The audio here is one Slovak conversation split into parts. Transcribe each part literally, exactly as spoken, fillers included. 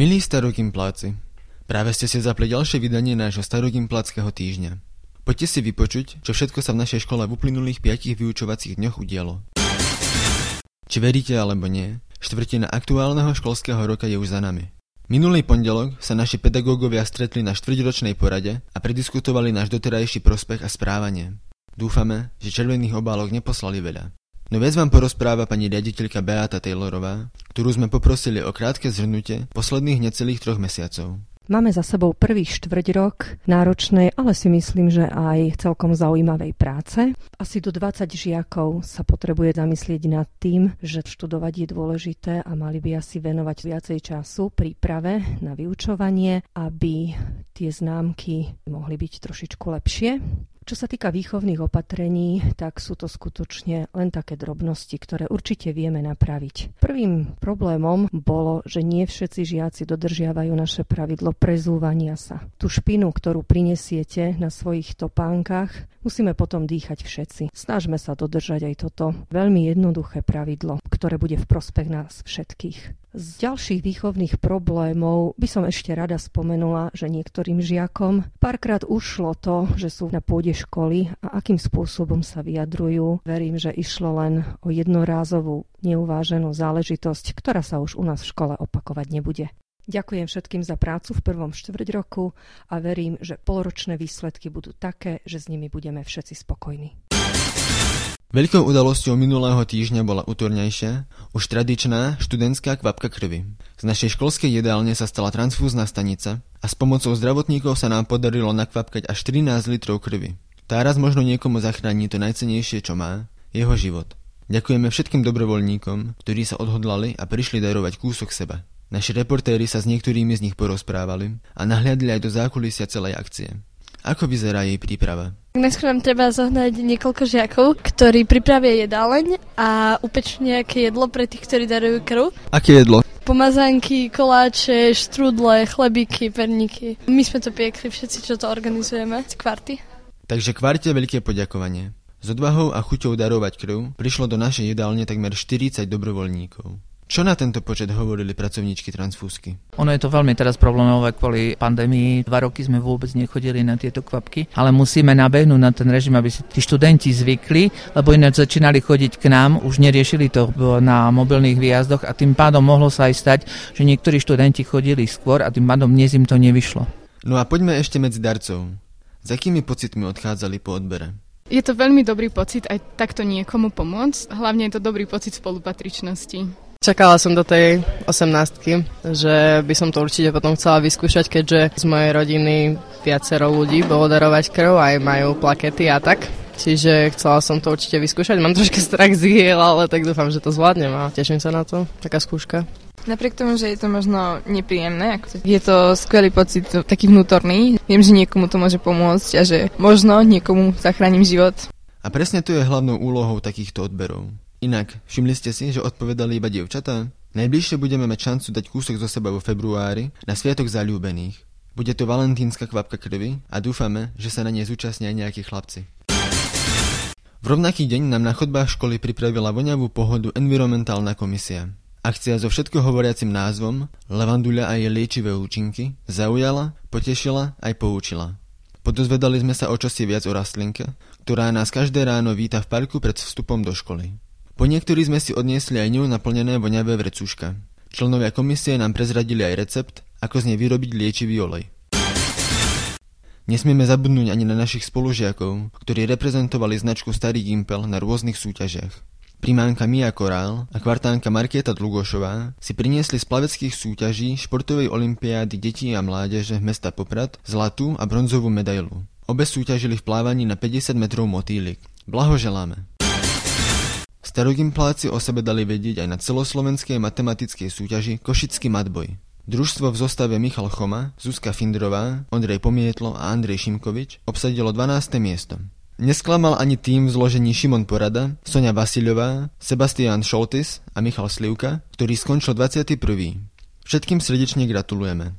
Milí starogimpláci, práve ste si zapli ďalšie vydanie nášho starogimpláckého týždňa. Poďte si vypočuť, čo všetko sa v našej škole v uplynulých piatich vyučovacích dňoch udialo. Či veríte alebo nie, štvrtina aktuálneho školského roka je už za nami. Minulý pondelok sa naši pedagógovia stretli na štvrťročnej porade a prediskutovali náš doterajší prospech a správanie. Dúfame, že červených obálok neposlali veľa. No viac vám porozpráva pani riaditeľka Beata Taylorová, ktorú sme poprosili o krátke zhrnutie posledných necelých troch mesiacov. Máme za sebou prvý štvrť rok náročnej, ale si myslím, že aj celkom zaujímavej práce. Asi do dvadsať žiakov sa potrebuje zamyslieť nad tým, že študovať je dôležité a mali by asi venovať viacej času príprave na vyučovanie, aby tie známky mohli byť trošičku lepšie. Čo sa týka výchovných opatrení, tak sú to skutočne len také drobnosti, ktoré určite vieme napraviť. Prvým problémom bolo, že nie všetci žiaci dodržiavajú naše pravidlo prezúvania sa. Tú špinu, ktorú prinesiete na svojich topánkach, musíme potom dýchať všetci. Snažme sa dodržať aj toto veľmi jednoduché pravidlo, ktoré bude v prospech nás všetkých. Z ďalších výchovných problémov by som ešte rada spomenula, že niektorým žiakom párkrát ušlo to, že sú na pôde školy a akým spôsobom sa vyjadrujú. Verím, že išlo len o jednorázovú neuváženú záležitosť, ktorá sa už u nás v škole opakovať nebude. Ďakujem všetkým za prácu v prvom štvrť roku a verím, že polročné výsledky budú také, že s nimi budeme všetci spokojní. Veľkou udalosťou minulého týždňa bola utorňajšia, už tradičná študentská kvapka krvi. Z našej školskej jedálne sa stala transfúzna stanica a s pomocou zdravotníkov sa nám podarilo nakvapkať až trinásť litrov krvi. Tá raz možno niekomu zachráni to najcennejšie, čo má, jeho život. Ďakujeme všetkým dobrovoľníkom, ktorí sa odhodlali a prišli darovať kúsok seba. Naši reportéri sa s niektorými z nich porozprávali a nahliadli aj do zákulisia celej akcie. Ako vyzerá jej príprava? Najskôr nám treba zohnať niekoľko žiakov, ktorí pripravia jedáleň a upečú nejaké jedlo pre tých, ktorí darujú krv. Aké jedlo? Pomazánky, koláče, štrúdle, chlebíky, perníky. My sme to piekli všetci, čo to organizujeme z kvarty. Takže kvarte veľké poďakovanie. S odvahou a chuťou darovať krv prišlo do našej jedálne takmer štyridsať dobrovoľníkov. Čo na tento počet hovorili pracovníčky transfúzky? Ono je to veľmi teraz problémové kvôli pandémii. Dva roky sme vôbec nechodili na tieto kvapky, ale musíme nabehnúť na ten režim, aby si tí študenti zvykli, lebo ináč začínali chodiť k nám, už neriešili to na mobilných výjazdoch a tým pádom mohlo sa aj stať, že niektorí študenti chodili skôr a tým pádom dnes im to nevyšlo. No a poďme ešte medzi darcov. S akými pocitmi odchádzali po odbere? Je to veľmi dobrý pocit aj takto niekomu pomôcť, hlavne je to dobrý pocit spolupatričnosti. Čakala som do tej osemnástky, že by som to určite potom chcela vyskúšať, keďže z mojej rodiny viacero ľudí bolo darovať krv, aj majú plakety a tak. Čiže chcela som to určite vyskúšať. Mám troška strach z ihiel, ale tak dúfam, že to zvládnem a teším sa na to. Taká skúška. Napriek tomu, že je to možno nepríjemné, je to skvelý pocit, taký vnútorný. Viem, že niekomu to môže pomôcť a že možno niekomu zachránim život. A presne to je hlavnou úlohou takýchto odberov. Inak, všimli ste si, že odpovedali iba dievčatá? Najbližšie budeme mať šancu dať kúsok zo seba vo februári na Sviatok zaľúbených. Bude to valentínska kvapka krvi a dúfame, že sa na nej zúčastnia aj nejakí chlapci. V rovnaký deň nám na chodbách školy pripravila voňavú pohodu environmentálna komisia. Akcia so všetko hovoriacim názvom Levanduľa a jej liečivé účinky zaujala, potešila aj poučila. Podozvedali sme sa o čosi viac o rastlinke, ktorá nás každé ráno víta v parku pred vstupom do školy. Po niektorí sme si odniesli aj ňou naplnené voňavé vrecúška. Členovia komisie nám prezradili aj recept, ako z nej vyrobiť liečivý olej. Nesmieme zabudnúť ani na našich spolužiakov, ktorí reprezentovali značku Starý Gimpel na rôznych súťažiach. Primánka Mia Korál a kvartánka Markéta Dlugošová si priniesli z plaveckých súťaží športovej olympiády detí a mládeže mesta Poprad zlatú a bronzovú medailu. Obe súťažili v plávaní na päťdesiat metrov motýlik. Blahoželáme! Starogimpláci o sebe dali vedieť aj na celoslovenskej matematickej súťaži Košický matboj. Družstvo v zostave Michal Choma, Zuzka Findrová, Ondrej Pomietlo a Andrej Šimkovič obsadilo dvanáste miesto. Nesklamal ani tým v zložení Šimon Porada, Soňa Vasiľová, Sebastián Šoltis a Michal Slivka, ktorý skončil dvadsiaty prvý. Všetkým srdečne gratulujeme.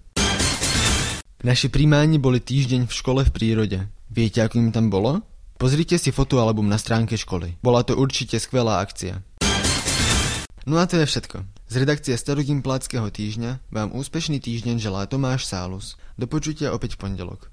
Naši primáni boli týždeň v škole v prírode. Viete, ako im tam bolo? Pozrite si fotoalbum na stránke školy. Bola to určite skvelá akcia. No a to je všetko. Z redakcie Starogimpláckého týždňa vám úspešný týždeň želá Tomáš Sálus. Do počutia opäť v pondelok.